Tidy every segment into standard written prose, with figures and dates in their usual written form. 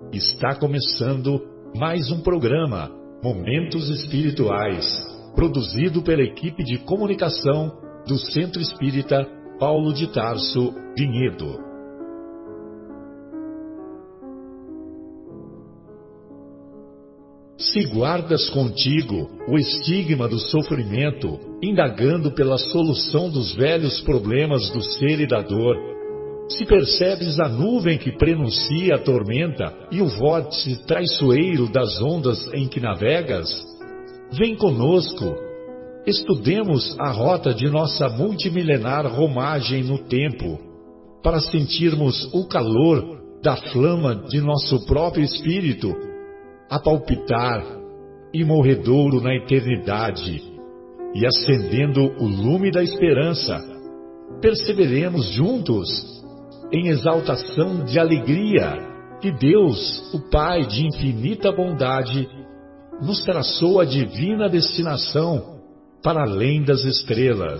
Está começando mais um programa, Momentos Espirituais, produzido pela equipe de comunicação do Centro Espírita Paulo de Tarso, Vinhedo. Se guardas contigo o estigma do sofrimento, indagando pela solução dos velhos problemas do ser e da dor, se percebes a nuvem que prenuncia a tormenta e o vórtice traiçoeiro das ondas em que navegas, vem conosco, estudemos a rota de nossa multimilenar romagem no tempo, para sentirmos o calor da flama de nosso próprio espírito, a palpitar, imorredouro na eternidade, e acendendo o lume da esperança, perseveremos juntos, em exaltação de alegria, que Deus, o Pai de infinita bondade, nos traçou a divina destinação para além das estrelas.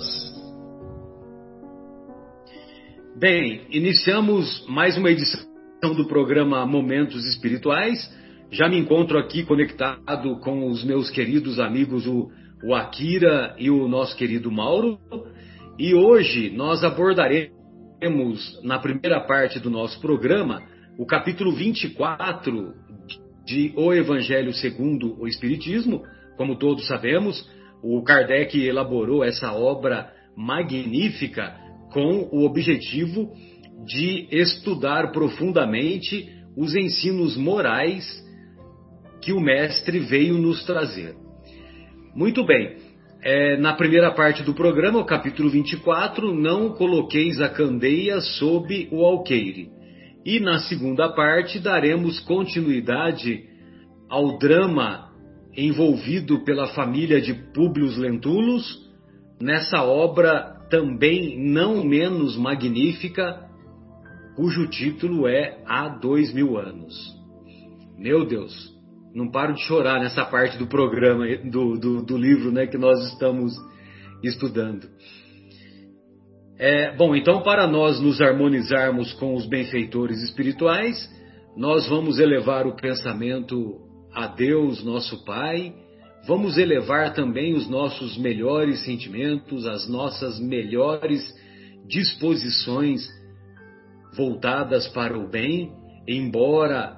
Bem, iniciamos mais uma edição do programa Momentos Espirituais. Já me encontro aqui conectado com os meus queridos amigos, o Akira e o nosso querido Mauro. E hoje nós abordaremos, na primeira parte do nosso programa, o capítulo 24 de O Evangelho segundo o Espiritismo. Como todos sabemos, o Kardec elaborou essa obra magnífica com o objetivo de estudar profundamente os ensinos morais que o Mestre veio nos trazer. Muito bem, na primeira parte do programa, o capítulo 24, não coloqueis a candeia sob o alqueire. E na segunda parte daremos continuidade ao drama envolvido pela família de Públio Lentulus, nessa obra também não menos magnífica, cujo título é Há 2000 anos. Meu Deus! Não paro de chorar nessa parte do programa, do livro, né, que nós estamos estudando. Bom, então, para nós nos harmonizarmos com os benfeitores espirituais, nós vamos elevar o pensamento a Deus, nosso Pai, vamos elevar também os nossos melhores sentimentos, as nossas melhores disposições voltadas para o bem, embora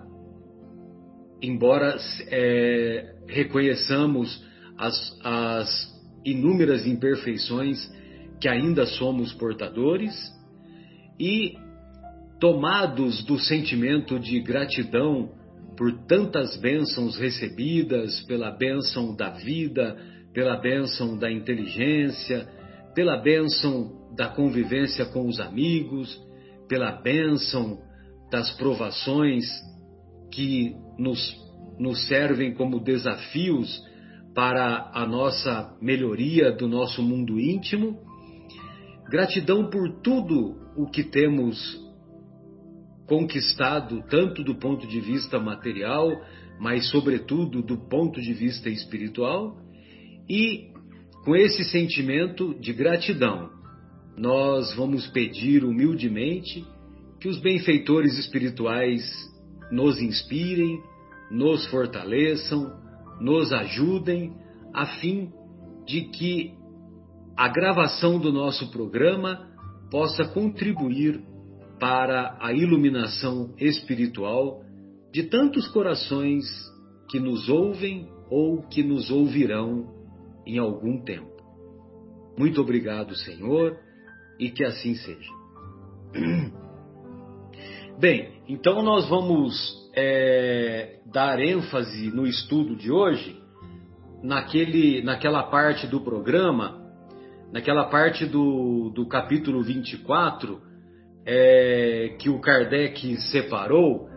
reconheçamos as inúmeras imperfeições que ainda somos portadores, e tomados do sentimento de gratidão por tantas bênçãos recebidas, pela bênção da vida, pela bênção da inteligência, pela bênção da convivência com os amigos, pela bênção das provações que nos servem como desafios para a nossa melhoria do nosso mundo íntimo. Gratidão por tudo o que temos conquistado, tanto do ponto de vista material, mas sobretudo do ponto de vista espiritual. E com esse sentimento de gratidão, nós vamos pedir humildemente que os benfeitores espirituais nos inspirem, nos fortaleçam, nos ajudem, a fim de que a gravação do nosso programa possa contribuir para a iluminação espiritual de tantos corações que nos ouvem ou que nos ouvirão em algum tempo. Muito obrigado, Senhor, e que assim seja. Bem, então nós vamos dar ênfase no estudo de hoje naquela parte do programa, naquela parte do capítulo 24, que o Kardec separou,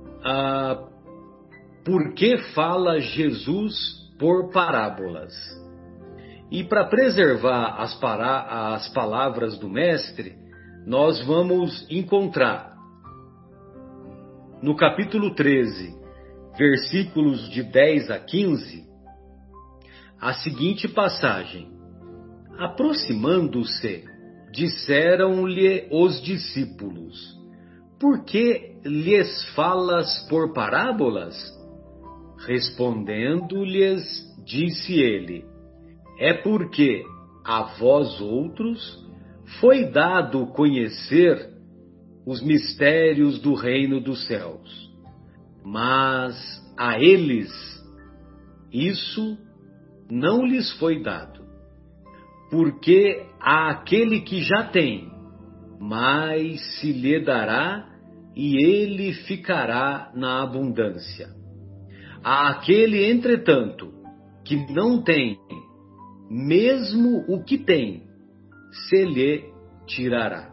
por que fala Jesus por parábolas? E para preservar as palavras do Mestre, nós vamos encontrar no capítulo 13, versículos de 10 a 15, a seguinte passagem: aproximando-se, disseram-lhe os discípulos: por que lhes falas por parábolas? Respondendo-lhes, disse ele: é porque a vós outros foi dado conhecer os mistérios do reino dos céus, mas a eles isso não lhes foi dado, porque àquele que já tem, mais se lhe dará e ele ficará na abundância. Àquele, entretanto, que não tem, mesmo o que tem, se lhe tirará.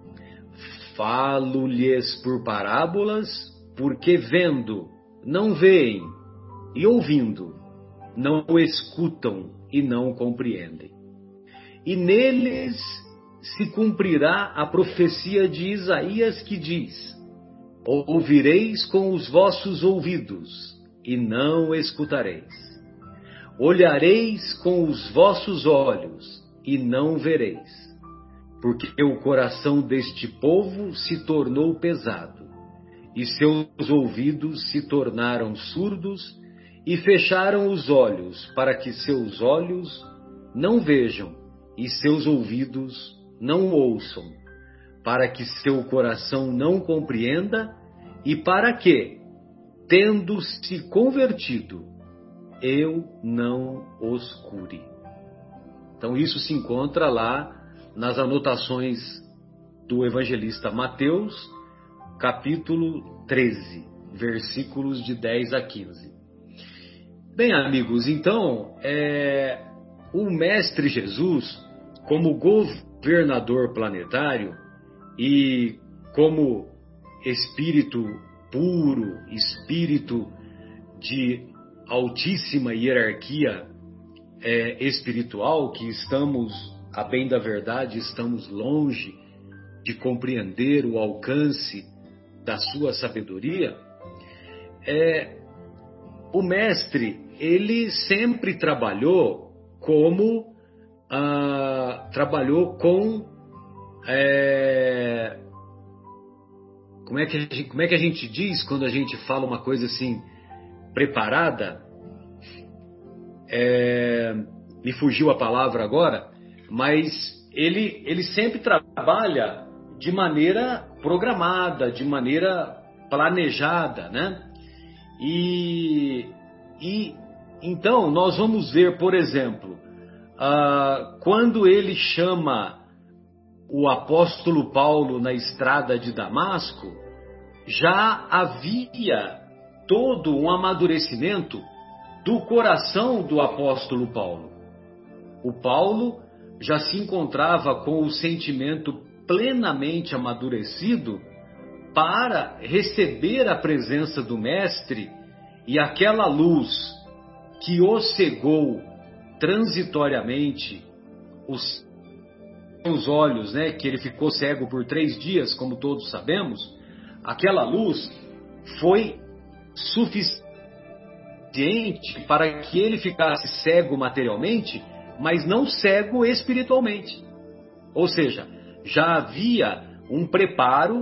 Falo-lhes por parábolas, porque vendo, não veem, e ouvindo, não escutam e não compreendem. E neles se cumprirá a profecia de Isaías que diz: ouvireis com os vossos ouvidos, e não escutareis. Olhareis com os vossos olhos, e não vereis. Porque o coração deste povo se tornou pesado, e seus ouvidos se tornaram surdos, e fecharam os olhos, para que seus olhos não vejam, e seus ouvidos não ouçam, para que seu coração não compreenda, e para que, tendo-se convertido, eu não os cure. Então isso se encontra lá nas anotações do evangelista Mateus, capítulo 13, versículos de 10 a 15. Bem, amigos, então, o Mestre Jesus, como governador planetário e como espírito puro, espírito de altíssima hierarquia espiritual, que estamos, a bem da verdade, estamos longe de compreender o alcance da sua sabedoria, o Mestre, ele sempre trabalhou com como é que a gente diz quando a gente fala uma coisa assim preparada? Me fugiu a palavra agora, mas ele sempre trabalha de maneira programada, de maneira planejada, né? E então nós vamos ver, por exemplo, quando ele chama o apóstolo Paulo na estrada de Damasco, já havia todo um amadurecimento do coração do apóstolo Paulo. O Paulo já se encontrava com o sentimento plenamente amadurecido para receber a presença do Mestre, e aquela luz que o cegou transitoriamente os seus olhos, né, que ele ficou cego por 3 dias, como todos sabemos, aquela luz foi suficiente para que ele ficasse cego materialmente, mas não cego espiritualmente. Ou seja, já havia um preparo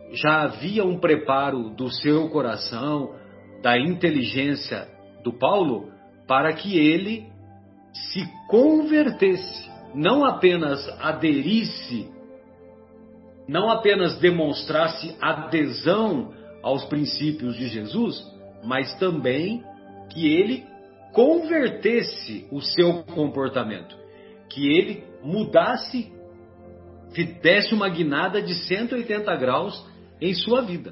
do seu coração, da inteligência do Paulo, para que ele se convertesse, não apenas aderisse, não apenas demonstrasse adesão aos princípios de Jesus, mas também que ele convertesse o seu comportamento, que ele mudasse, desse uma guinada de 180 graus em sua vida.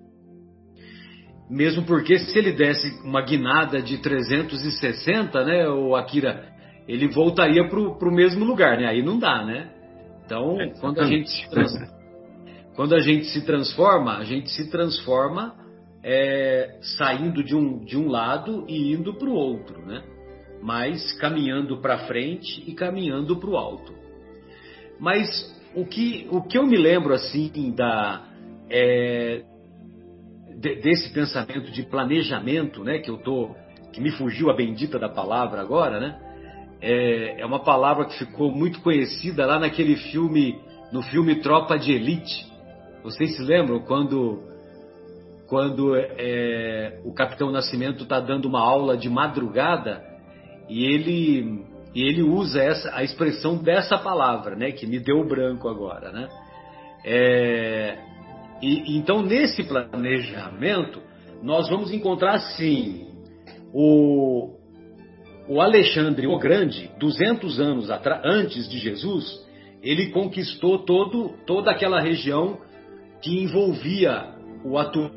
Mesmo porque se ele desse uma guinada de 360, né, o Akira, ele voltaria para o mesmo lugar, né? Aí não dá, né? Então, quando a gente se transforma, saindo de um lado e indo para o outro, né? Mas caminhando para frente e caminhando para o alto. Mas o que eu me lembro assim desse pensamento de planejamento, né? Que me fugiu a bendita da palavra agora, né? É uma palavra que ficou muito conhecida lá no filme Tropa de Elite, Vocês se lembram quando o Capitão Nascimento está dando uma aula de madrugada e ele usa a expressão dessa palavra, né, que me deu branco agora, né? Então, nesse planejamento, nós vamos encontrar, sim, o Alexandre o Grande, 200 anos antes de Jesus, ele conquistou toda aquela região que envolvia o atual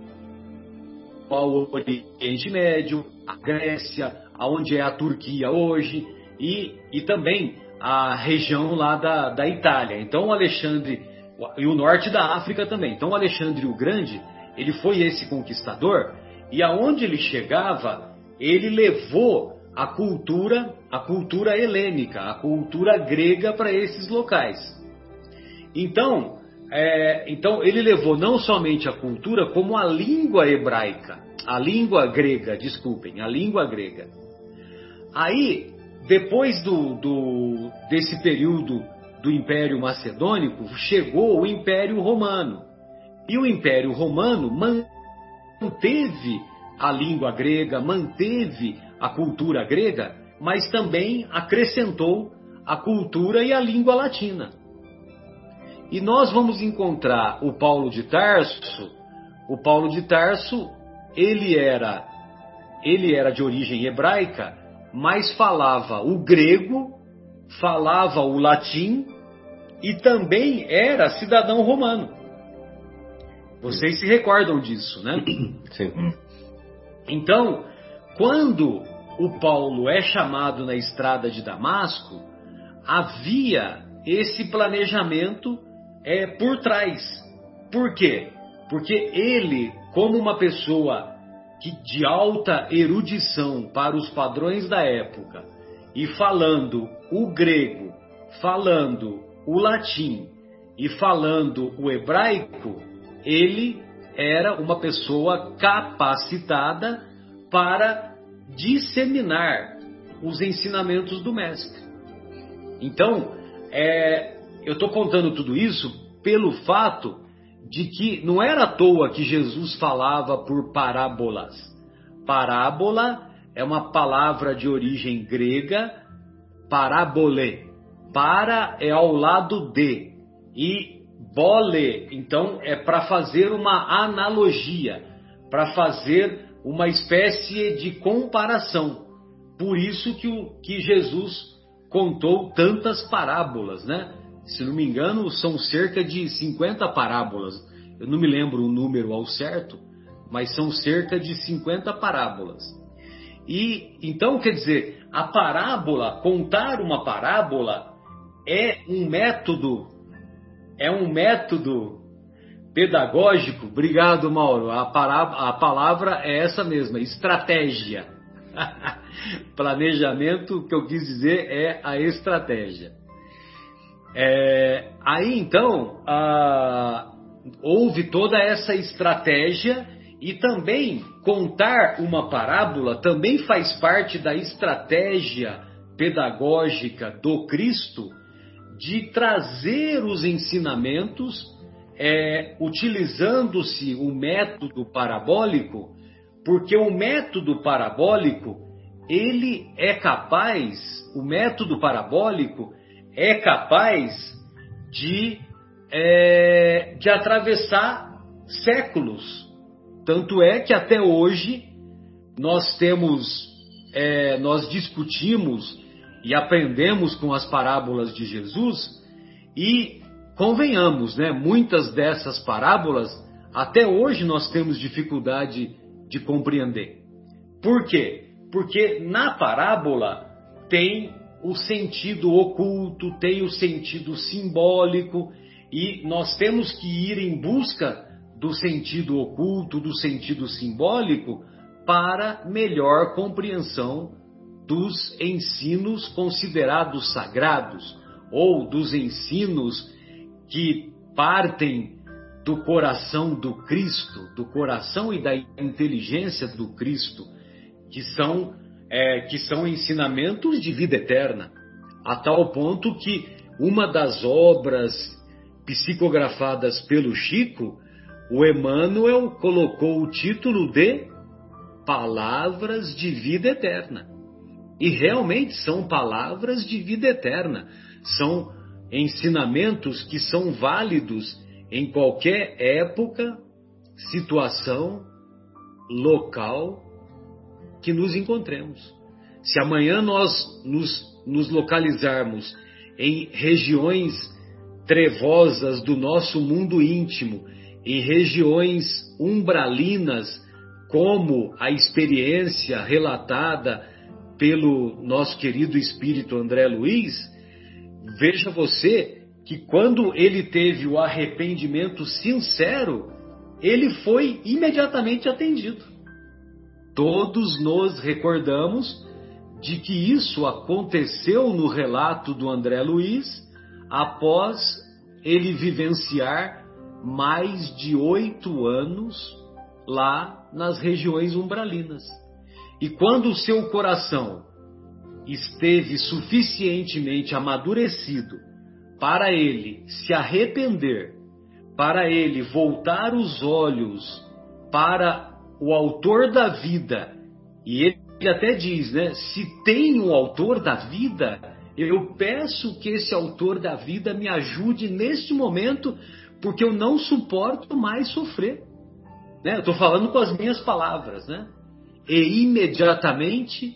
Oriente Médio, a Grécia, onde é a Turquia hoje, e também a região lá da Itália. Então, o Alexandre, e o norte da África também. Então, o Alexandre o Grande, ele foi esse conquistador, e aonde ele chegava, ele levou a cultura helênica, a cultura grega para esses locais. Então, ele levou não somente a cultura, como a língua hebraica, a língua grega. Aí, depois desse período do Império Macedônico, chegou o Império Romano. E o Império Romano manteve a língua grega, manteve a cultura grega, mas também acrescentou a cultura e a língua latina. E nós vamos encontrar o Paulo de Tarso. O Paulo de Tarso, ele era de origem hebraica, mas falava o grego, falava o latim e também era cidadão romano. Vocês se recordam disso, né? Sim. Então, quando o Paulo é chamado na estrada de Damasco, havia esse planejamento por trás. Por quê? Porque ele, como uma pessoa de alta erudição para os padrões da época, e falando o grego, falando o latim e falando o hebraico, ele era uma pessoa capacitada para disseminar os ensinamentos do mestre. Então, eu estou contando tudo isso pelo fato de que não era à toa que Jesus falava por parábolas. Parábola é uma palavra de origem grega, parabole. Para é ao lado de. E bole, então, é para fazer uma analogia, para fazer uma espécie de comparação. Por isso que Jesus contou tantas parábolas, né? Se não me engano, são cerca de 50 parábolas. Eu não me lembro o número ao certo, mas são cerca de 50 parábolas. E então, quer dizer, a parábola, contar uma parábola é um método pedagógico. Obrigado, Mauro. A palavra é essa mesma, estratégia. Planejamento, que eu quis dizer, é a estratégia. Aí então houve toda essa estratégia, e também contar uma parábola também faz parte da estratégia pedagógica do Cristo de trazer os ensinamentos utilizando-se o método parabólico, porque o método parabólico o método parabólico é capaz de atravessar séculos. Tanto é que até hoje nós discutimos e aprendemos com as parábolas de Jesus, e convenhamos, né, muitas dessas parábolas até hoje nós temos dificuldade de compreender. Por quê? Porque na parábola tem o sentido oculto, tem o sentido simbólico, e nós temos que ir em busca do sentido oculto, do sentido simbólico, para melhor compreensão dos ensinos considerados sagrados, ou dos ensinos que partem do coração do Cristo, do coração e da inteligência do Cristo, que são ensinamentos de vida eterna, a tal ponto que uma das obras psicografadas pelo Chico, o Emmanuel colocou o título de Palavras de Vida Eterna. E realmente são palavras de vida eterna. São ensinamentos que são válidos em qualquer época, situação, local que nos encontremos. Se amanhã nós nos localizarmos em regiões trevosas do nosso mundo íntimo, em regiões umbralinas, como a experiência relatada pelo nosso querido espírito André Luiz, veja você que quando ele teve o arrependimento sincero, ele foi imediatamente atendido. Todos nos recordamos de que isso aconteceu no relato do André Luiz após ele vivenciar mais de 8 anos lá nas regiões umbralinas. E quando o seu coração esteve suficientemente amadurecido para ele se arrepender, para ele voltar os olhos para o autor da vida, e ele até diz, né? Se tem um autor da vida, eu peço que esse autor da vida me ajude neste momento, porque eu não suporto mais sofrer. Né? Eu estou falando com as minhas palavras, né? E imediatamente,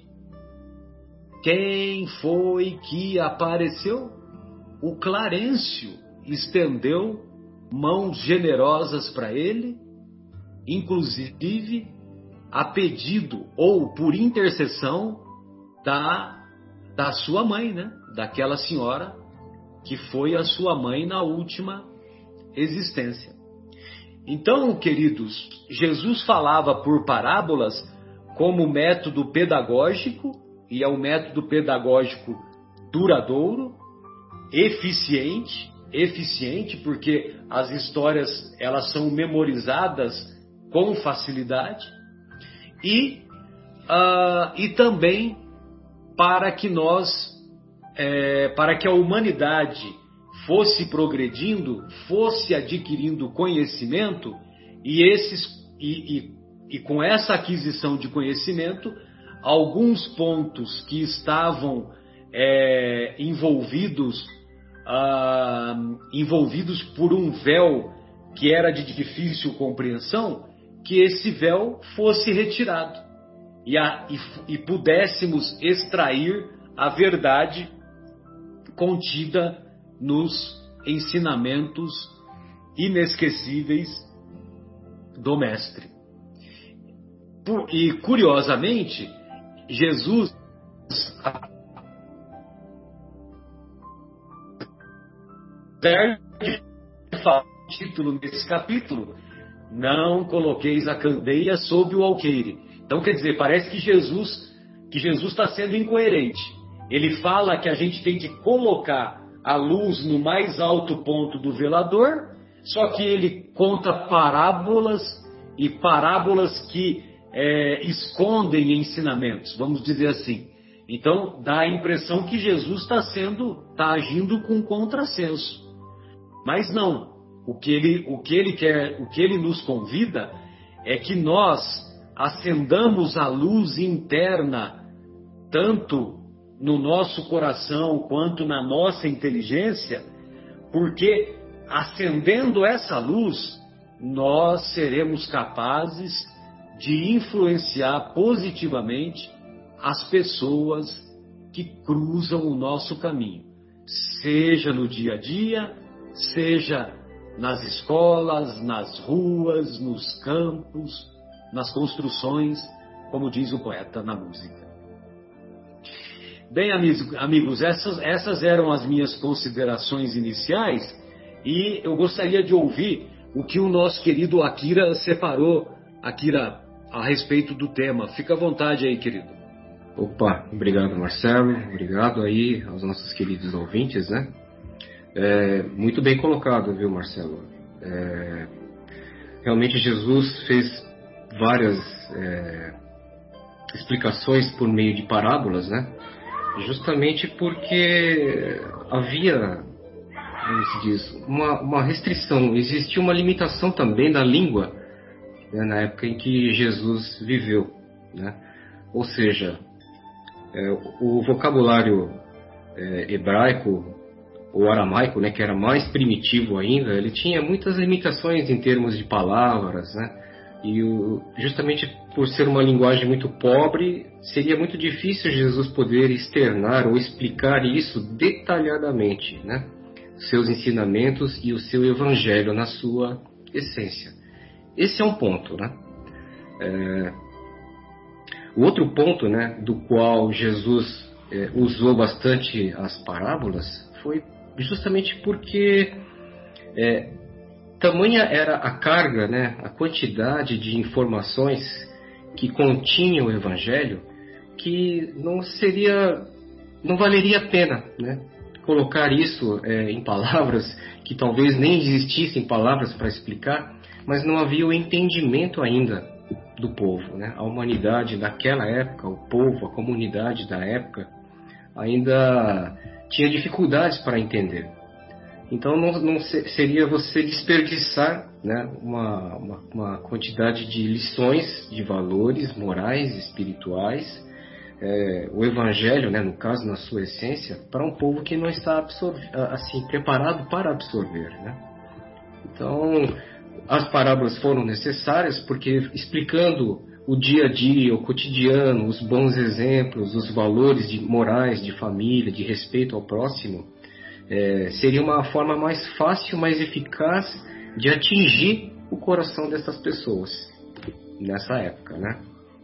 quem foi que apareceu? O Clarencio estendeu mãos generosas para ele, inclusive a pedido ou por intercessão da sua mãe, né? Daquela senhora que foi a sua mãe na última existência. Então, queridos, Jesus falava por parábolas como método pedagógico, e é um método pedagógico duradouro, eficiente, porque as histórias elas são memorizadas com facilidade, e também para que para que a humanidade fosse progredindo, fosse adquirindo conhecimento, e com essa aquisição de conhecimento, alguns pontos que estavam envolvidos por um véu que era de difícil compreensão, que esse véu fosse retirado e pudéssemos extrair a verdade contida nos ensinamentos inesquecíveis do Mestre. E, curiosamente, Jesus fala o título nesse capítulo: não coloqueis a candeia sob o alqueire. Então, quer dizer, parece que Jesus está sendo incoerente. Ele fala que a gente tem de colocar a luz no mais alto ponto do velador, só que ele conta parábolas, e parábolas que escondem ensinamentos, vamos dizer assim. Então, dá a impressão que Jesus está agindo com contrassenso. Mas não. O que ele nos convida é que nós acendamos a luz interna, tanto no nosso coração quanto na nossa inteligência, porque acendendo essa luz, nós seremos capazes de influenciar positivamente as pessoas que cruzam o nosso caminho, seja no dia a dia, seja nas escolas, nas ruas, nos campos, nas construções, como diz o poeta na música. Bem, amigos, essas eram as minhas considerações iniciais, e eu gostaria de ouvir o que o nosso querido Akira separou, Akira, a respeito do tema. Fica à vontade aí, querido. Opa, obrigado, Marcelo, obrigado aí aos nossos queridos ouvintes, né? Muito bem colocado, viu, Marcelo? Realmente Jesus fez várias explicações por meio de parábolas, né? Justamente porque havia como se diz, uma restrição, existia uma limitação também da língua, né, na época em que Jesus viveu, né? Ou seja, o vocabulário hebraico ou aramaico, né, que era mais primitivo ainda, ele tinha muitas limitações em termos de palavras, né? E justamente por ser uma linguagem muito pobre, seria muito difícil Jesus poder externar ou explicar isso detalhadamente, né? Seus ensinamentos e o seu evangelho na sua essência. Esse é um ponto, né? O outro ponto, né, do qual Jesus usou bastante as parábolas foi justamente porque tamanha era a carga, né, a quantidade de informações que continha o Evangelho, que não valeria a pena, né, colocar isso em palavras que talvez nem existissem palavras para explicar, mas não havia o entendimento ainda do povo, né? A humanidade daquela época, o povo, a comunidade da época, ainda tinha dificuldades para entender. Então não seria você desperdiçar, né, uma quantidade de lições, de valores morais, espirituais, o Evangelho, né, no caso, na sua essência, para um povo que não está assim, preparado para absorver, né? Então, as parábolas foram necessárias porque explicando o dia a dia, o cotidiano, os bons exemplos, os valores morais de família, de respeito ao próximo, seria uma forma mais fácil, mais eficaz de atingir o coração dessas pessoas nessa época, né?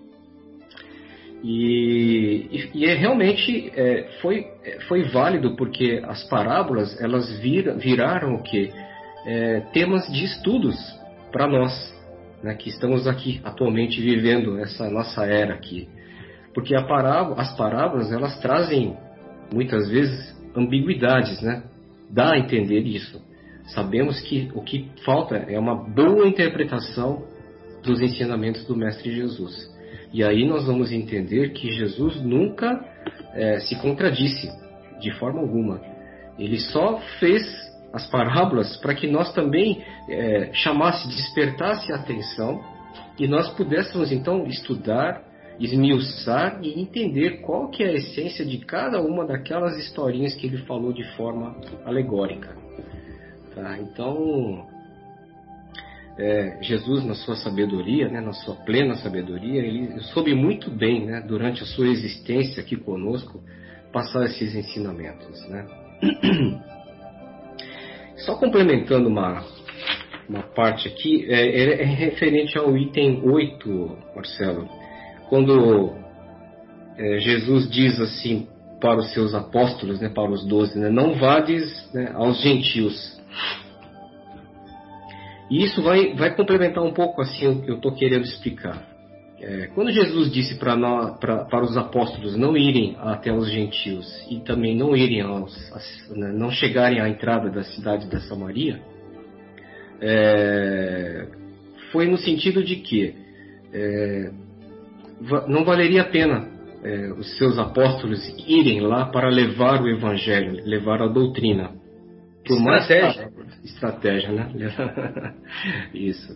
E realmente foi válido porque as parábolas elas viraram o quê? Temas de estudos para nós, né, que estamos aqui atualmente vivendo essa nossa era aqui, porque as parábolas elas trazem muitas vezes ambiguidades, né? Dá a entender isso. Sabemos que o que falta é uma boa interpretação dos ensinamentos do Mestre Jesus. E aí nós vamos entender que Jesus nunca se contradisse de forma alguma. Ele só fez as parábolas para que nós também despertasse a atenção e nós pudéssemos então estudar, esmiuçar e entender qual que é a essência de cada uma daquelas historinhas que ele falou de forma alegórica. Tá? Então, Jesus, na sua sabedoria, né, na sua plena sabedoria, ele soube muito bem, né, durante a sua existência aqui conosco, passar esses ensinamentos, né? Só complementando uma parte aqui, é referente ao item 8, Marcelo, quando Jesus diz assim para os seus apóstolos, né, para os 12, né, não vades, né, aos gentios. E isso vai complementar um pouco assim o que eu estou querendo explicar. Quando Jesus disse para os apóstolos não irem até os gentios e também não irem não chegarem à entrada da cidade da Samaria, foi no sentido de que não valeria a pena os seus apóstolos irem lá para levar o evangelho, levar a doutrina. Estratégia, né? Isso.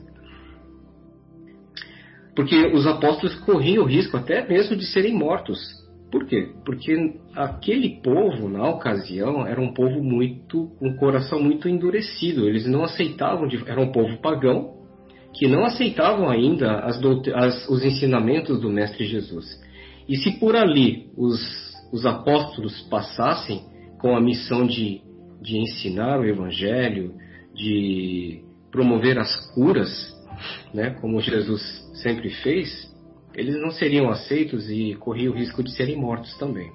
Porque os apóstolos corriam o risco até mesmo de serem mortos. Por quê? Porque aquele povo, na ocasião, era um povo um coração muito endurecido. Eles não aceitavam, era um povo pagão, que não aceitavam ainda os ensinamentos do Mestre Jesus. E se por ali os apóstolos passassem com a missão de ensinar o Evangelho, de promover as curas, né, como Jesus sempre fez, eles não seriam aceitos e corriam o risco de serem mortos também.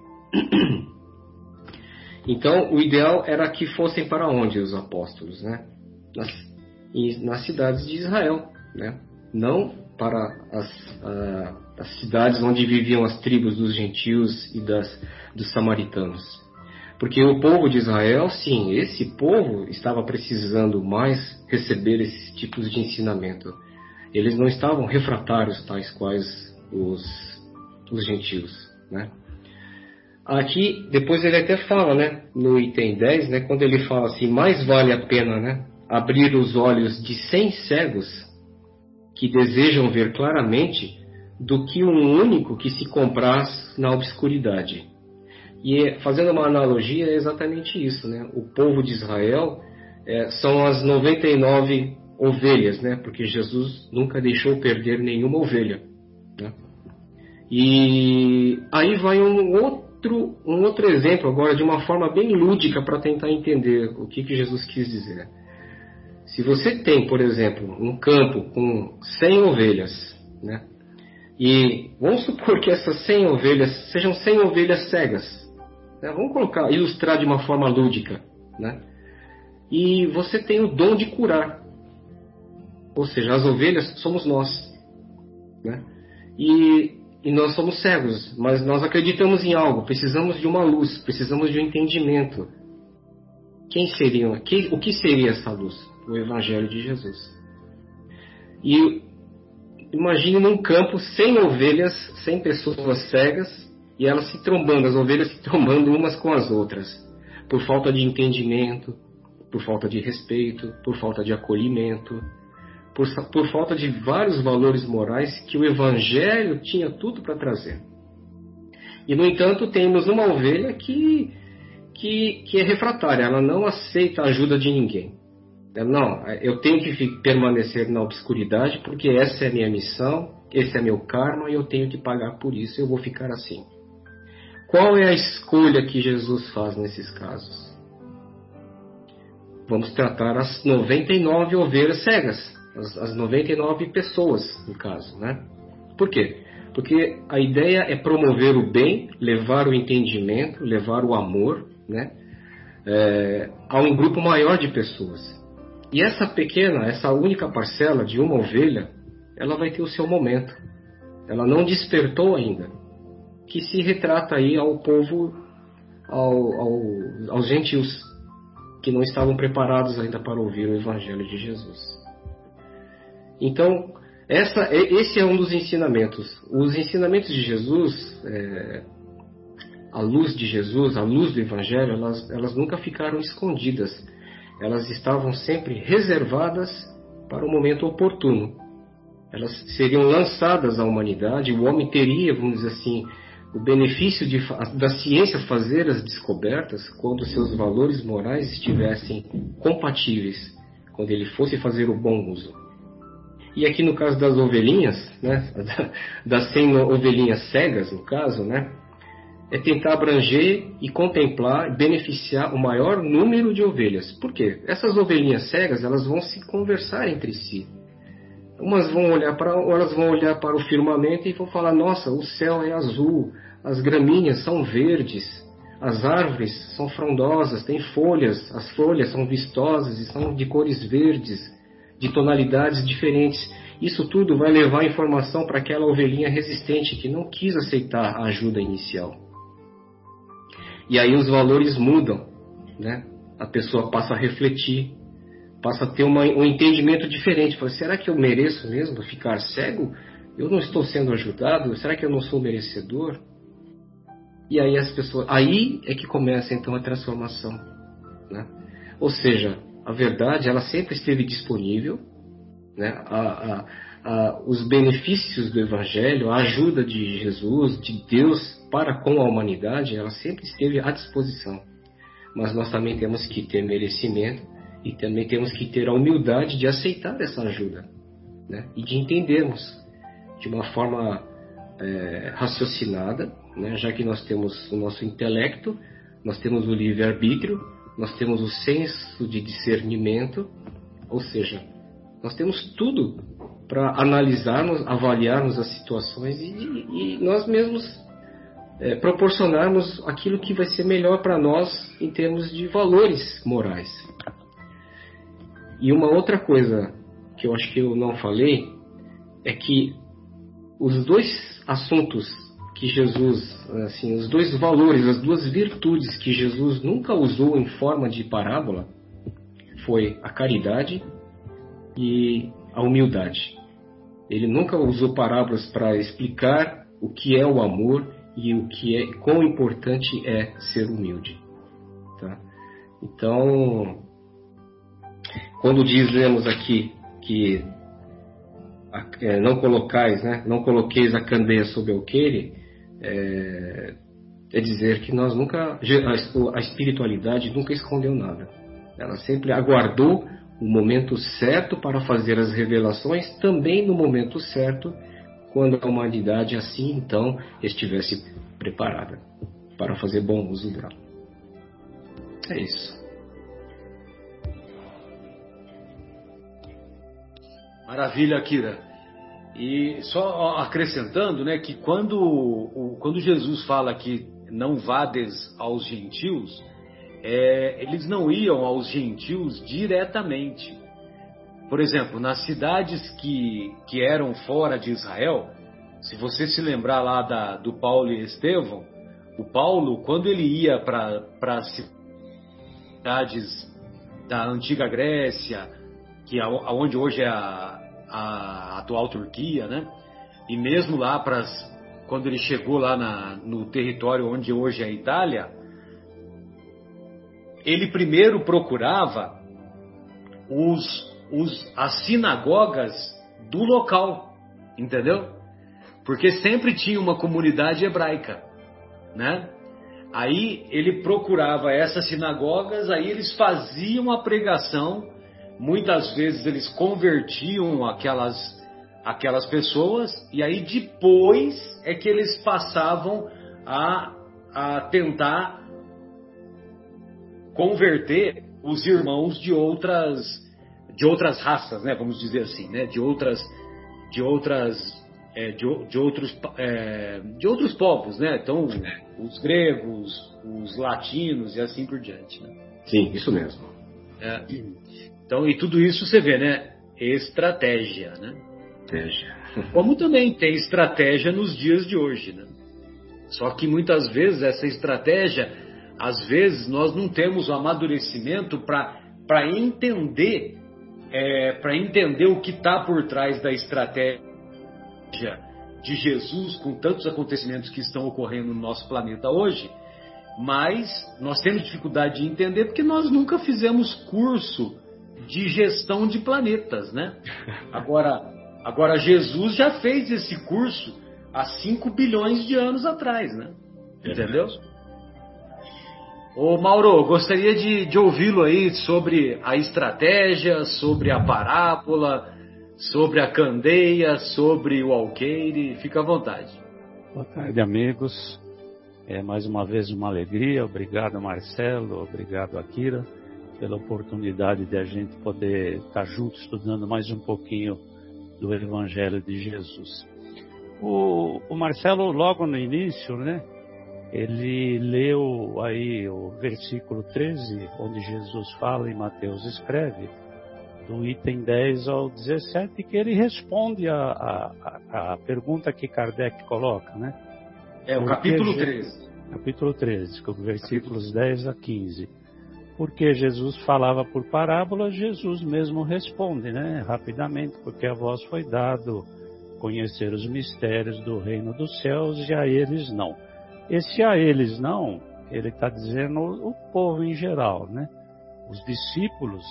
Então, o ideal era que fossem para onde os apóstolos, né? Nas cidades de Israel, né? Não para as cidades onde viviam as tribos dos gentios e dos samaritanos. Porque o povo de Israel, sim, esse povo estava precisando mais receber esses tipos de ensinamento. Eles não estavam refratários tais quais os gentios, né? Aqui, depois ele até fala, né, no item 10, né, quando ele fala assim, mais vale a pena, né, abrir os olhos de 100 cegos que desejam ver claramente do que um único que se compraz na obscuridade. E fazendo uma analogia, é exatamente isso, né? O povo de Israel são as 99 ovelhas, né? Porque Jesus nunca deixou perder nenhuma ovelha, né? E aí vai um outro exemplo agora, de uma forma bem lúdica, para tentar entender o que Jesus quis dizer. Se você tem, por exemplo, um campo com 100 ovelhas, né? E vamos supor que essas 100 ovelhas sejam 100 ovelhas cegas, né? Vamos ilustrar de uma forma lúdica, né? E você tem o dom de curar, ou seja, as ovelhas somos nós, né? E nós somos cegos, mas nós acreditamos em algo, precisamos de uma luz, precisamos de um entendimento. O que seria essa luz? O Evangelho de Jesus. E imagine num campo 100 ovelhas, 100 pessoas cegas, e elas se trombando, as ovelhas se trombando umas com as outras, por falta de entendimento, por falta de respeito, por falta de acolhimento, por falta de vários valores morais que o Evangelho tinha tudo para trazer. E, no entanto, temos uma ovelha que é refratária, ela não aceita a ajuda de ninguém. Não, eu tenho que permanecer na obscuridade porque essa é a minha missão, esse é meu karma e eu tenho que pagar por isso, eu vou ficar assim. Qual é a escolha que Jesus faz nesses casos? Vamos tratar as 99 ovelhas cegas, as 99 pessoas, no caso, né? Por quê? Porque a ideia é promover o bem, levar o entendimento, levar o amor, né? A um grupo maior de pessoas. E essa única parcela de uma ovelha, ela vai ter o seu momento. Ela não despertou ainda. Que se retrata aí ao povo, aos gentios, que não estavam preparados ainda para ouvir o Evangelho de Jesus. Então, esse é um dos ensinamentos. Os ensinamentos de Jesus, a luz de Jesus, a luz do Evangelho, elas nunca ficaram escondidas. Elas estavam sempre reservadas para o momento oportuno. Elas seriam lançadas à humanidade, o homem teria, vamos dizer assim, o benefício da ciência fazer as descobertas quando seus valores morais estivessem compatíveis, quando ele fosse fazer o bom uso. E aqui no caso das ovelhinhas, né, das 100 ovelhinhas cegas, no caso, né, é tentar abranger e contemplar e beneficiar o maior número de ovelhas. Por quê? Essas ovelhinhas cegas, elas vão se conversar entre si. Elas vão olhar para o firmamento e vão falar, nossa, o céu é azul, as gramíneas são verdes, as árvores são frondosas, têm folhas, as folhas são vistosas e são de cores verdes, de tonalidades diferentes. Isso tudo vai levar informação para aquela ovelhinha resistente que não quis aceitar a ajuda inicial. E aí os valores mudam, né? A pessoa passa a refletir, passa a ter um entendimento diferente. Fala, será que eu mereço mesmo ficar cego? Eu não estou sendo ajudado? Será que eu não sou merecedor? E aí aí é que começa então a transformação, né? Ou seja, a verdade ela sempre esteve disponível, né? Os benefícios do Evangelho, a ajuda de Jesus, de Deus para com a humanidade, ela sempre esteve à disposição. Mas nós também temos que ter merecimento e também temos que ter a humildade de aceitar essa ajuda, né? E de entendermos de uma forma raciocinada, né? Já que nós temos o nosso intelecto, nós temos o livre-arbítrio, nós temos o senso de discernimento, ou seja, nós temos tudo para analisarmos, avaliarmos as situações e nós mesmos proporcionarmos aquilo que vai ser melhor para nós em termos de valores morais. E uma outra coisa que eu acho que eu não falei é que os dois assuntos que Jesus, assim, os dois valores, as duas virtudes que Jesus nunca usou em forma de parábola foi a caridade e a humildade. Ele nunca usou parábolas para explicar o que é o amor e quão importante é ser humilde. Tá? Então, quando dizemos aqui que não coloqueis a candeia sobre o alqueire, é dizer que a espiritualidade nunca escondeu nada. Ela sempre aguardou o momento certo para fazer as revelações, também no momento certo, quando a humanidade assim então estivesse preparada para fazer bom uso dela. É isso. Maravilha, Akira. E só acrescentando, né, que quando Jesus fala que não vades aos gentios, eles não iam aos gentios diretamente. Por exemplo, nas cidades que eram fora de Israel, se você se lembrar lá do Paulo e Estevão, o Paulo, quando ele ia para as cidades da antiga Grécia, onde hoje é a atual Turquia, né? E mesmo lá quando ele chegou lá no território onde hoje é a Itália, ele primeiro procurava as sinagogas do local, entendeu? Porque sempre tinha uma comunidade hebraica, né? Aí ele procurava essas sinagogas, aí eles faziam a pregação, muitas vezes eles convertiam aquelas pessoas, e aí depois é que eles passavam a tentar converter os irmãos de outras raças, né? Vamos dizer assim, né? De outros povos, né? Então, os gregos, os latinos e assim por diante, né? Sim, isso mesmo. Então, e tudo isso você vê, né? Estratégia, né? Estratégia. Como também tem estratégia nos dias de hoje, né? Só que muitas vezes essa estratégia, às vezes nós não temos o amadurecimento para entender o que está por trás da estratégia de Jesus, com tantos acontecimentos que estão ocorrendo no nosso planeta hoje, mas nós temos dificuldade de entender porque nós nunca fizemos curso de gestão de planetas, né? Agora Jesus já fez esse curso há 5 bilhões de anos atrás, né? Entendeu? Ô Mauro, gostaria de ouvi-lo aí sobre a estratégia, sobre a parábola, sobre a candeia, sobre o alqueire. Fica à vontade. Boa tarde, amigos. Mais uma vez uma alegria. Obrigado, Marcelo. Obrigado, Akira, pela oportunidade de a gente poder estar junto estudando mais um pouquinho do Evangelho de Jesus. O Marcelo, logo no início, né? Ele leu aí o versículo 13, onde Jesus fala e Mateus escreve, do item 10 ao 17, que ele responde a pergunta que Kardec coloca, né? O capítulo 13. Capítulo 13, com versículos 10 a 15. Porque Jesus falava por parábolas, Jesus mesmo responde, né? Rapidamente, porque a vós foi dado conhecer os mistérios do reino dos céus e a eles não. Esse a eles não, ele está dizendo o povo em geral, né? Os discípulos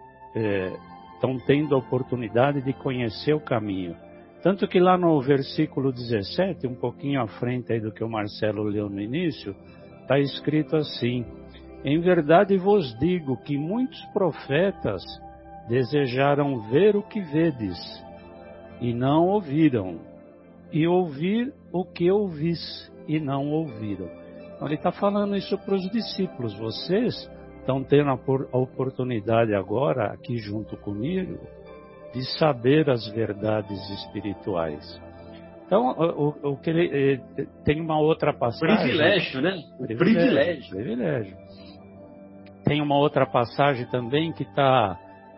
estão tendo a oportunidade de conhecer o caminho. Tanto que lá no versículo 17, um pouquinho à frente aí do que o Marcelo leu no início, está escrito assim: em verdade vos digo que muitos profetas desejaram ver o que vedes, e não ouviram, e ouvir o que ouvis, e não ouviram. Então ele está falando isso para os discípulos. Vocês estão tendo a oportunidade agora, aqui junto comigo, de saber as verdades espirituais. Então, o que ele tem uma outra passagem... Privilégio, né? Privilégio. Tem uma outra passagem também que está,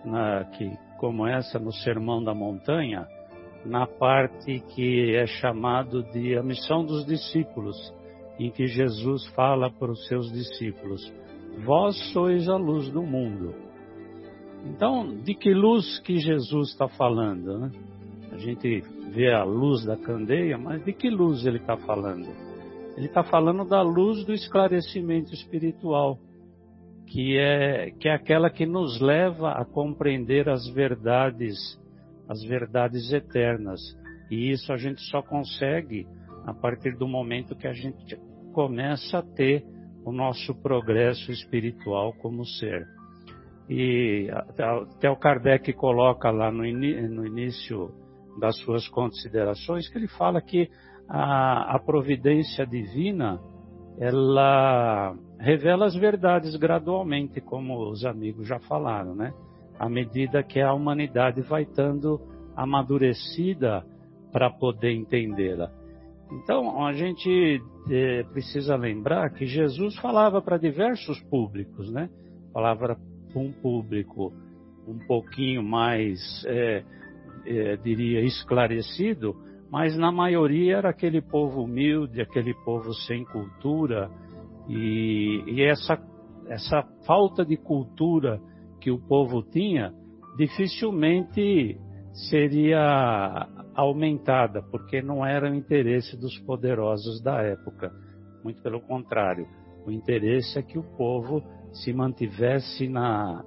como essa, no Sermão da Montanha, na parte que é chamado de a missão dos discípulos, em que Jesus fala para os seus discípulos: vós sois a luz do mundo. Então, de que luz que Jesus está falando, né? A gente vê a luz da candeia, mas de que luz ele está falando? Ele está falando da luz do esclarecimento espiritual, que é aquela que nos leva a compreender as verdades eternas. E isso a gente só consegue a partir do momento que a gente começa a ter o nosso progresso espiritual como ser. E até o Kardec coloca lá no início das suas considerações que ele fala que a providência divina, ela revela as verdades gradualmente, como os amigos já falaram, né? À medida que a humanidade vai estando amadurecida para poder entendê-la. Então, a gente precisa lembrar que Jesus falava para diversos públicos, né? Falava para um público um pouquinho mais, diria, esclarecido, mas na maioria era aquele povo humilde, aquele povo sem cultura, e essa falta de cultura que o povo tinha dificilmente seria aumentada, porque não era o interesse dos poderosos da época. Muito pelo contrário, o interesse é que o povo se mantivesse na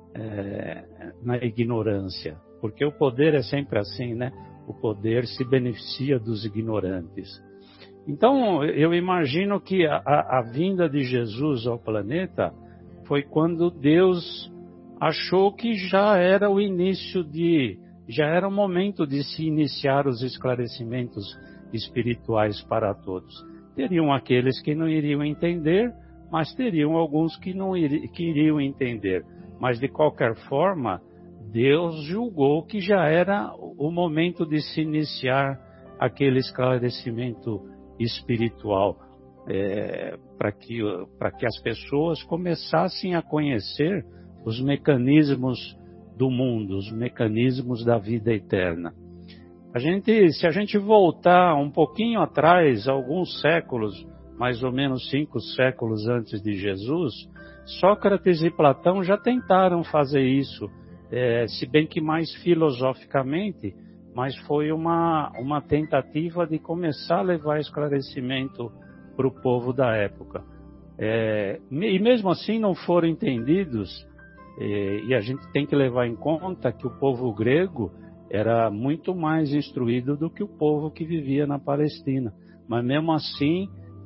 ignorância, porque o poder é sempre assim, né? O poder se beneficia dos ignorantes. Então, eu imagino que a vinda de Jesus ao planeta foi quando Deus achou que já era o início já era o momento de se iniciar os esclarecimentos espirituais para todos. Teriam aqueles que não iriam entender, mas teriam alguns que iriam entender. Mas, de qualquer forma, Deus julgou que já era o momento de se iniciar aquele esclarecimento espiritual, para que as pessoas começassem a conhecer os mecanismos do mundo, os mecanismos da vida eterna. Se a gente voltar um pouquinho atrás, alguns séculos, mais ou menos 5 séculos antes de Jesus, Sócrates e Platão já tentaram fazer isso, se bem que mais filosoficamente, mas foi uma tentativa de começar a levar esclarecimento para o povo da época. E mesmo assim não foram entendidos, e a gente tem que levar em conta que o povo grego era muito mais instruído do que o povo que vivia na Palestina, mas mesmo assim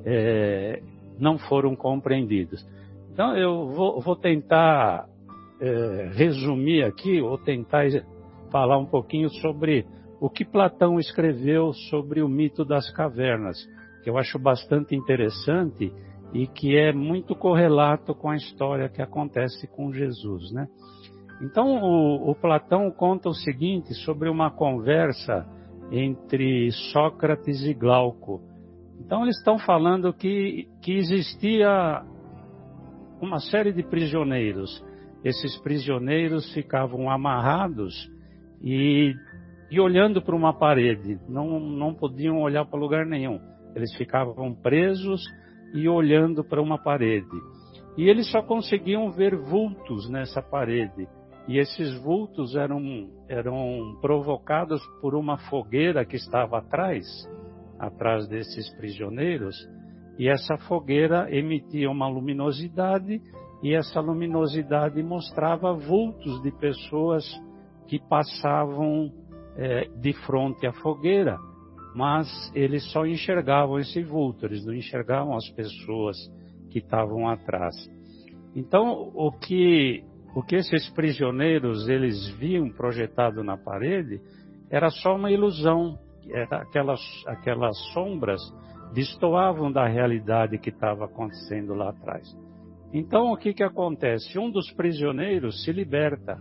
não foram compreendidos. Então eu vou tentar resumir aqui, ou tentar falar um pouquinho sobre o que Platão escreveu sobre o mito das cavernas, que eu acho bastante interessante e que é muito correlato com a história que acontece com Jesus, né? Então, o Platão conta o seguinte sobre uma conversa entre Sócrates e Glauco. Então, eles estão falando que existia uma série de prisioneiros. Esses prisioneiros ficavam amarrados e olhando para uma parede, não podiam olhar para lugar nenhum. Eles ficavam presos e olhando para uma parede. E eles só conseguiam ver vultos nessa parede. E esses vultos eram provocados por uma fogueira que estava atrás desses prisioneiros. E essa fogueira emitia uma luminosidade, e essa luminosidade mostrava vultos de pessoas que passavam de frente à fogueira, mas eles só enxergavam esse vulto, eles não enxergavam as pessoas que estavam atrás. Então, o que esses prisioneiros eles viam projetado na parede era só uma ilusão, aquelas sombras destoavam da realidade que estava acontecendo lá atrás. Então, o que acontece? Um dos prisioneiros se liberta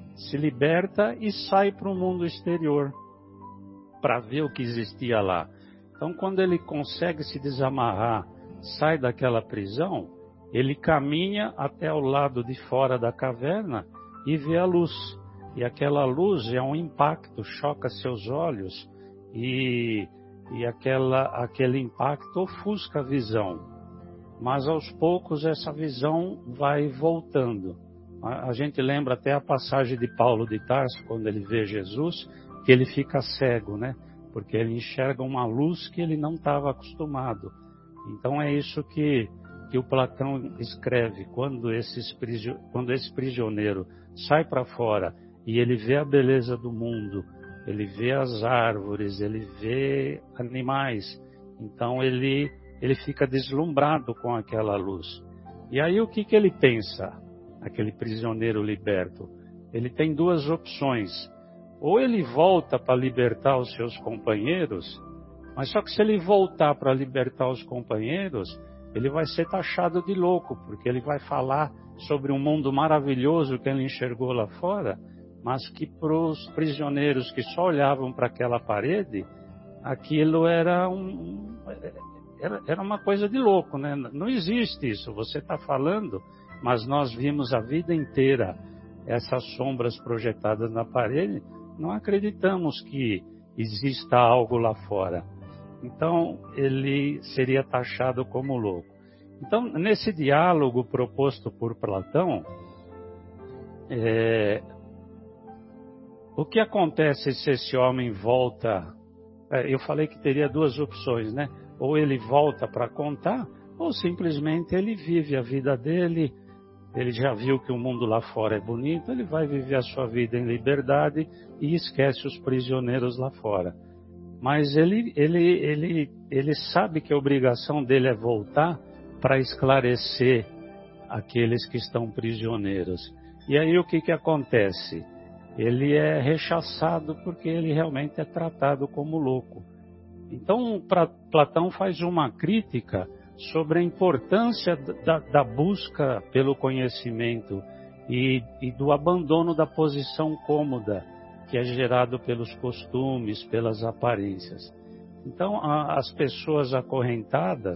e sai para o mundo exterior para ver o que existia lá. Então, quando ele consegue se desamarrar, sai daquela prisão, ele caminha até o lado de fora da caverna e vê a luz. E aquela luz é um impacto, choca seus olhos e aquele impacto ofusca a visão. Mas aos poucos essa visão vai voltando. A gente lembra até a passagem de Paulo de Tarso, quando ele vê Jesus, que ele fica cego, né? Porque ele enxerga uma luz que ele não estava acostumado. Então é isso que o Platão escreve. Quando esse prisioneiro sai para fora e ele vê a beleza do mundo, ele vê as árvores, ele vê animais, então ele fica deslumbrado com aquela luz. E aí o que ele pensa, aquele prisioneiro liberto? Ele tem duas opções. Ou ele volta para libertar os seus companheiros, mas só que se ele voltar para libertar os companheiros, ele vai ser taxado de louco, porque ele vai falar sobre um mundo maravilhoso que ele enxergou lá fora, mas que para os prisioneiros que só olhavam para aquela parede, aquilo era uma coisa de louco, né? Não existe isso, você está falando, mas nós vimos a vida inteira essas sombras projetadas na parede, não acreditamos que exista algo lá fora. Então, ele seria taxado como louco. Então, nesse diálogo proposto por Platão, o que acontece se esse homem volta? Eu falei que teria duas opções, né? Ou ele volta para contar, ou simplesmente ele vive a vida dele. Ele já viu que o mundo lá fora é bonito, ele vai viver a sua vida em liberdade e esquece os prisioneiros lá fora. Mas ele sabe que a obrigação dele é voltar para esclarecer aqueles que estão prisioneiros. E aí o que acontece? Ele é rechaçado porque ele realmente é tratado como louco. Então, Platão faz uma crítica sobre a importância da busca pelo conhecimento e do abandono da posição cômoda que é gerado pelos costumes, pelas aparências. Então, as pessoas acorrentadas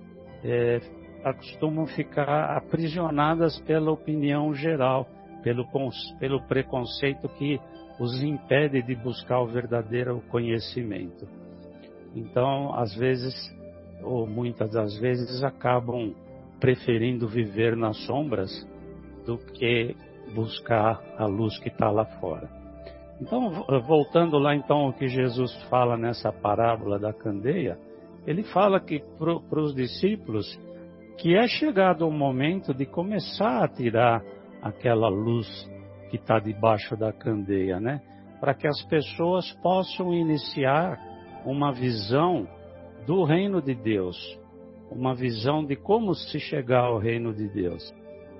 costumam ficar aprisionadas pela opinião geral, pelo preconceito que os impede de buscar o verdadeiro conhecimento. Então, às vezes, ou muitas das vezes, acabam preferindo viver nas sombras do que buscar a luz que está lá fora. Então, voltando lá então ao que Jesus fala nessa parábola da candeia, ele fala que para os discípulos que é chegado o momento de começar a tirar aquela luz que está debaixo da candeia, né? Para que as pessoas possam iniciar uma visão do reino de Deus, uma visão de como se chegar ao reino de Deus.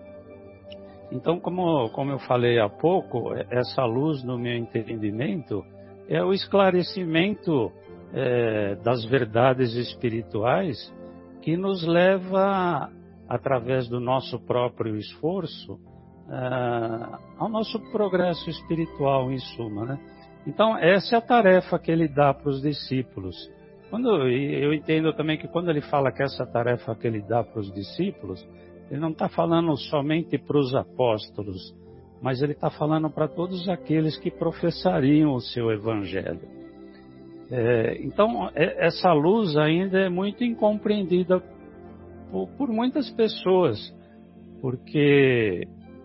Então, como eu falei há pouco, essa luz, no meu entendimento, é o esclarecimento das verdades espirituais que nos leva, através do nosso próprio esforço, ao nosso progresso espiritual, em suma, né? Então, essa é a tarefa que ele dá para os discípulos. Eu entendo também que quando ele fala que essa tarefa que ele dá para os discípulos, ele não está falando somente para os apóstolos, mas ele está falando para todos aqueles que professariam o seu evangelho. Então, essa luz ainda é muito incompreendida por muitas pessoas, porque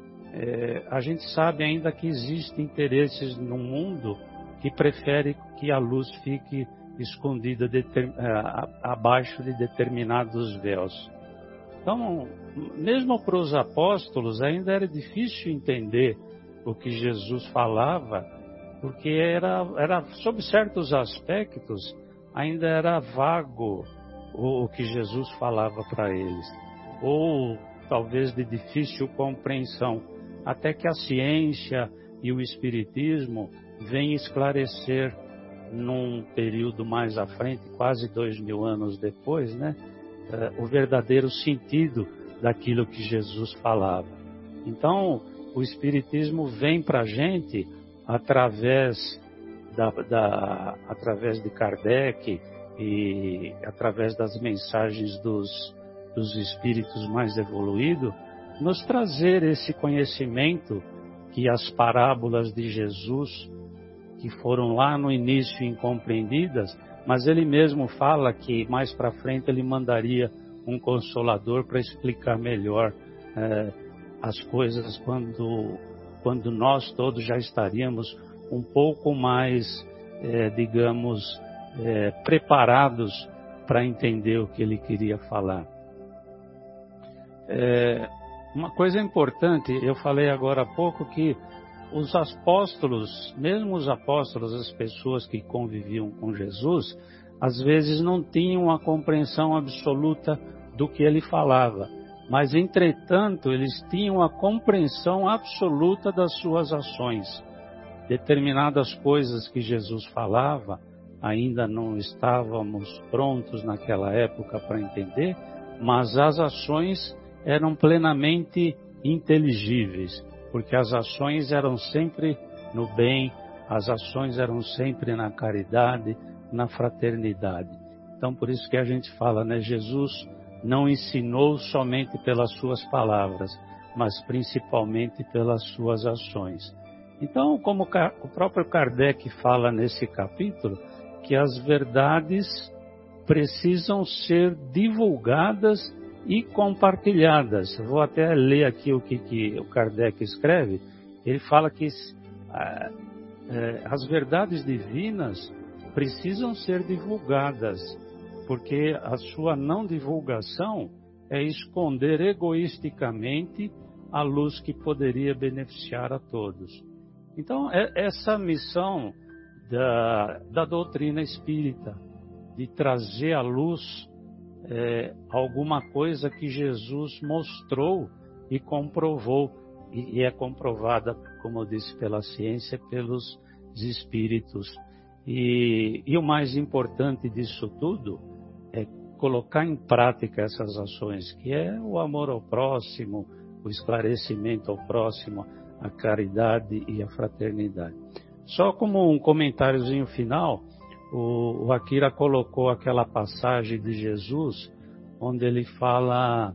a gente sabe ainda que existem interesses no mundo que preferem que a luz fique escondida abaixo de determinados véus. Então, mesmo para os apóstolos, ainda era difícil entender o que Jesus falava, porque era sob certos aspectos, ainda era vago o que Jesus falava para eles, ou talvez de difícil compreensão, até que a ciência e o espiritismo vêm esclarecer num período mais à frente, quase 2000 anos depois, né? O verdadeiro sentido daquilo que Jesus falava. Então, o Espiritismo vem para a gente através de Kardec e através das mensagens dos espíritos mais evoluídos, nos trazer esse conhecimento que as parábolas de Jesus, que foram lá no início incompreendidas, mas ele mesmo fala que mais para frente ele mandaria um consolador para explicar melhor as coisas quando nós todos já estaríamos um pouco mais, preparados para entender o que ele queria falar. Uma coisa importante, eu falei agora há pouco que os apóstolos, mesmo os apóstolos, as pessoas que conviviam com Jesus, às vezes não tinham a compreensão absoluta do que ele falava, mas entretanto eles tinham a compreensão absoluta das suas ações. Determinadas coisas que Jesus falava, ainda não estávamos prontos naquela época para entender, mas as ações eram plenamente inteligíveis, porque as ações eram sempre no bem, as ações eram sempre na caridade, na fraternidade. Então, por isso que a gente fala, né? Jesus não ensinou somente pelas suas palavras, mas principalmente pelas suas ações. Então, como o próprio Kardec fala nesse capítulo, que as verdades precisam ser divulgadas e compartilhadas. Eu vou até ler aqui o que o Kardec escreve. Ele fala que as verdades divinas precisam ser divulgadas, porque a sua não divulgação é esconder egoisticamente a luz que poderia beneficiar a todos. Então, essa missão da doutrina espírita, de trazer à luz alguma coisa que Jesus mostrou e comprovou, e é comprovada, como eu disse, pela ciência, pelos espíritos. E o mais importante disso tudo é colocar em prática essas ações, que é o amor ao próximo, o esclarecimento ao próximo, a caridade e a fraternidade. Só como um comentáriozinho final, o Akira colocou aquela passagem de Jesus, onde ele fala,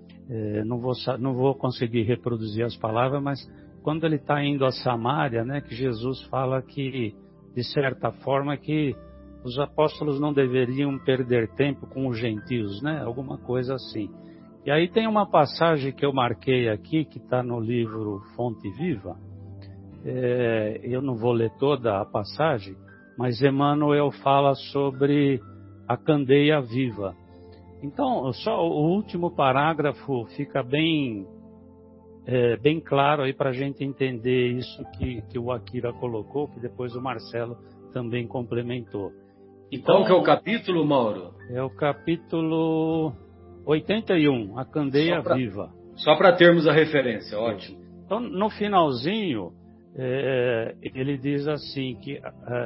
não vou conseguir reproduzir as palavras, mas quando ele está indo a Samaria, né, que Jesus fala que, de certa forma, que os apóstolos não deveriam perder tempo com os gentios, né, alguma coisa assim. E aí tem uma passagem que eu marquei aqui, que está no livro Fonte Viva. Eu não vou ler toda a passagem, mas Emmanuel fala sobre a candeia viva. Então, só o último parágrafo fica bem claro aí para a gente entender isso que o Akira colocou, que depois o Marcelo também complementou. E qual que é o capítulo, Mauro? É o capítulo 81, a candeia viva. Só para termos a referência, ótimo. Então, no finalzinho, ele diz assim, que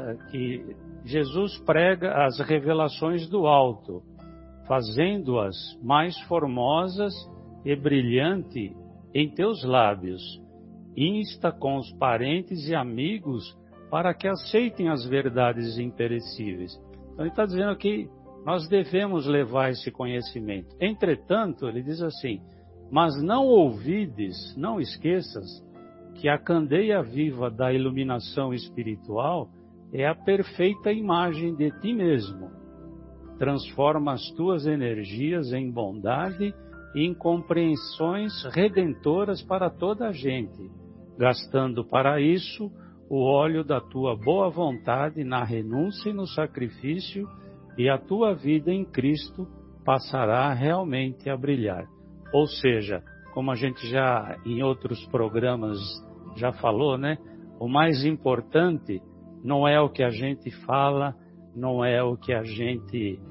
Jesus prega as revelações do alto, fazendo-as mais formosas e brilhantes em teus lábios. Insta com os parentes e amigos para que aceitem as verdades imperecíveis. Então ele está dizendo que nós devemos levar esse conhecimento. Entretanto, ele diz assim, mas não ouvides, não esqueças, que a candeia viva da iluminação espiritual é a perfeita imagem de ti mesmo. Transforma as tuas energias em bondade e em compreensões redentoras para toda a gente, gastando para isso o óleo da tua boa vontade na renúncia e no sacrifício, e a tua vida em Cristo passará realmente a brilhar. Ou seja, como a gente já em outros programas já falou, né? O mais importante não é o que a gente fala, não é o que a gente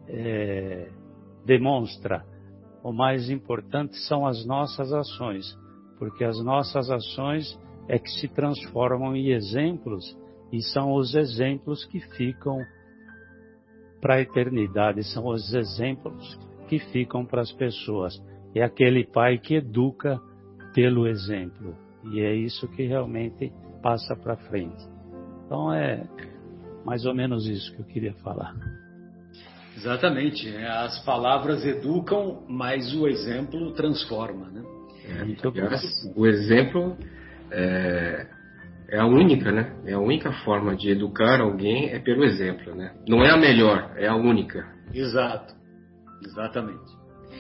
demonstra. O mais importante são as nossas ações, porque as nossas ações é que se transformam em exemplos, e são os exemplos que ficam para a eternidade, são os exemplos que ficam para as pessoas. É aquele pai que educa pelo exemplo, e é isso que realmente passa para frente. Então é mais ou menos isso que eu queria falar. Exatamente, as palavras educam, mas o exemplo transforma, né? O exemplo é a única, né? É a única forma de educar alguém é pelo exemplo, né? Não é a melhor, é a única. Exato, exatamente.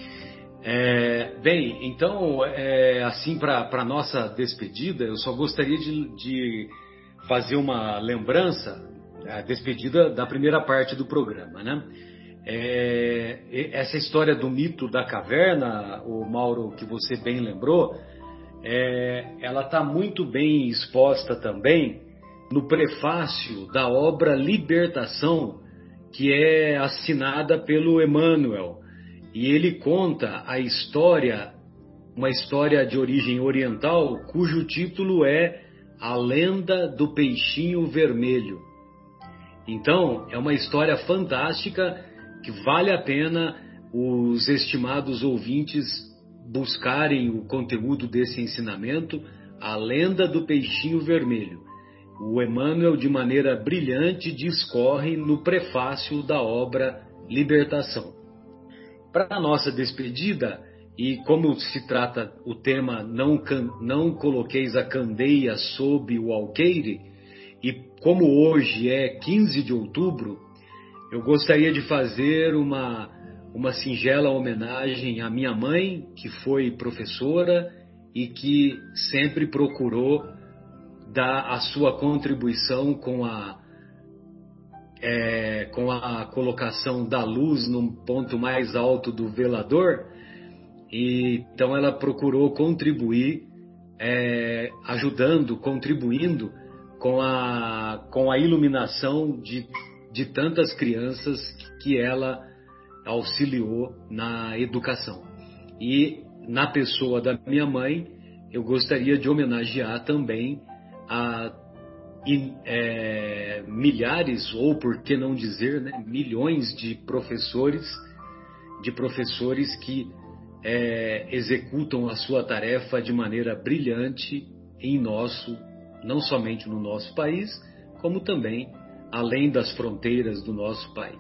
Bem, então, assim, para a nossa despedida, eu só gostaria de fazer uma lembrança, a despedida da primeira parte do programa, né? Essa história do mito da caverna, o Mauro, que você bem lembrou, ela está muito bem exposta também no prefácio da obra Libertação, que é assinada pelo Emmanuel. E ele conta a história, uma história de origem oriental, cujo título é A Lenda do Peixinho Vermelho. Então, é uma história fantástica que vale a pena os estimados ouvintes buscarem o conteúdo desse ensinamento, A Lenda do Peixinho Vermelho. O Emmanuel, de maneira brilhante, discorre no prefácio da obra Libertação. Para a nossa despedida, e como se trata o tema Não Coloqueis a Candeia sob o Alqueire, e como hoje é 15 de outubro, eu gostaria de fazer uma singela homenagem à minha mãe, que foi professora e que sempre procurou dar a sua contribuição com a colocação da luz num ponto mais alto do velador. E então ela procurou contribuir, contribuindo com a iluminação de tantas crianças que ela auxiliou na educação. E na pessoa da minha mãe, eu gostaria de homenagear também a milhares, ou por que não dizer, né, milhões de professores que executam a sua tarefa de maneira brilhante não somente no nosso país, como também além das fronteiras do nosso país.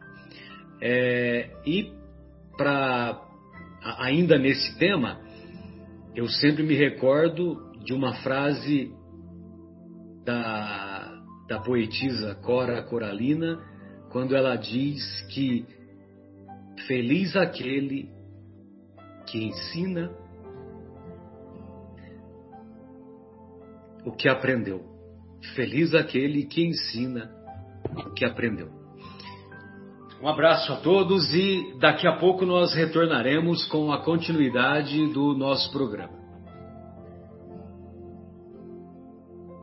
E ainda nesse tema, eu sempre me recordo de uma frase da poetisa Cora Coralina, quando ela diz que feliz aquele que ensina o que aprendeu. Feliz aquele que ensina o que aprendeu. Um abraço a todos e daqui a pouco nós retornaremos com a continuidade do nosso programa.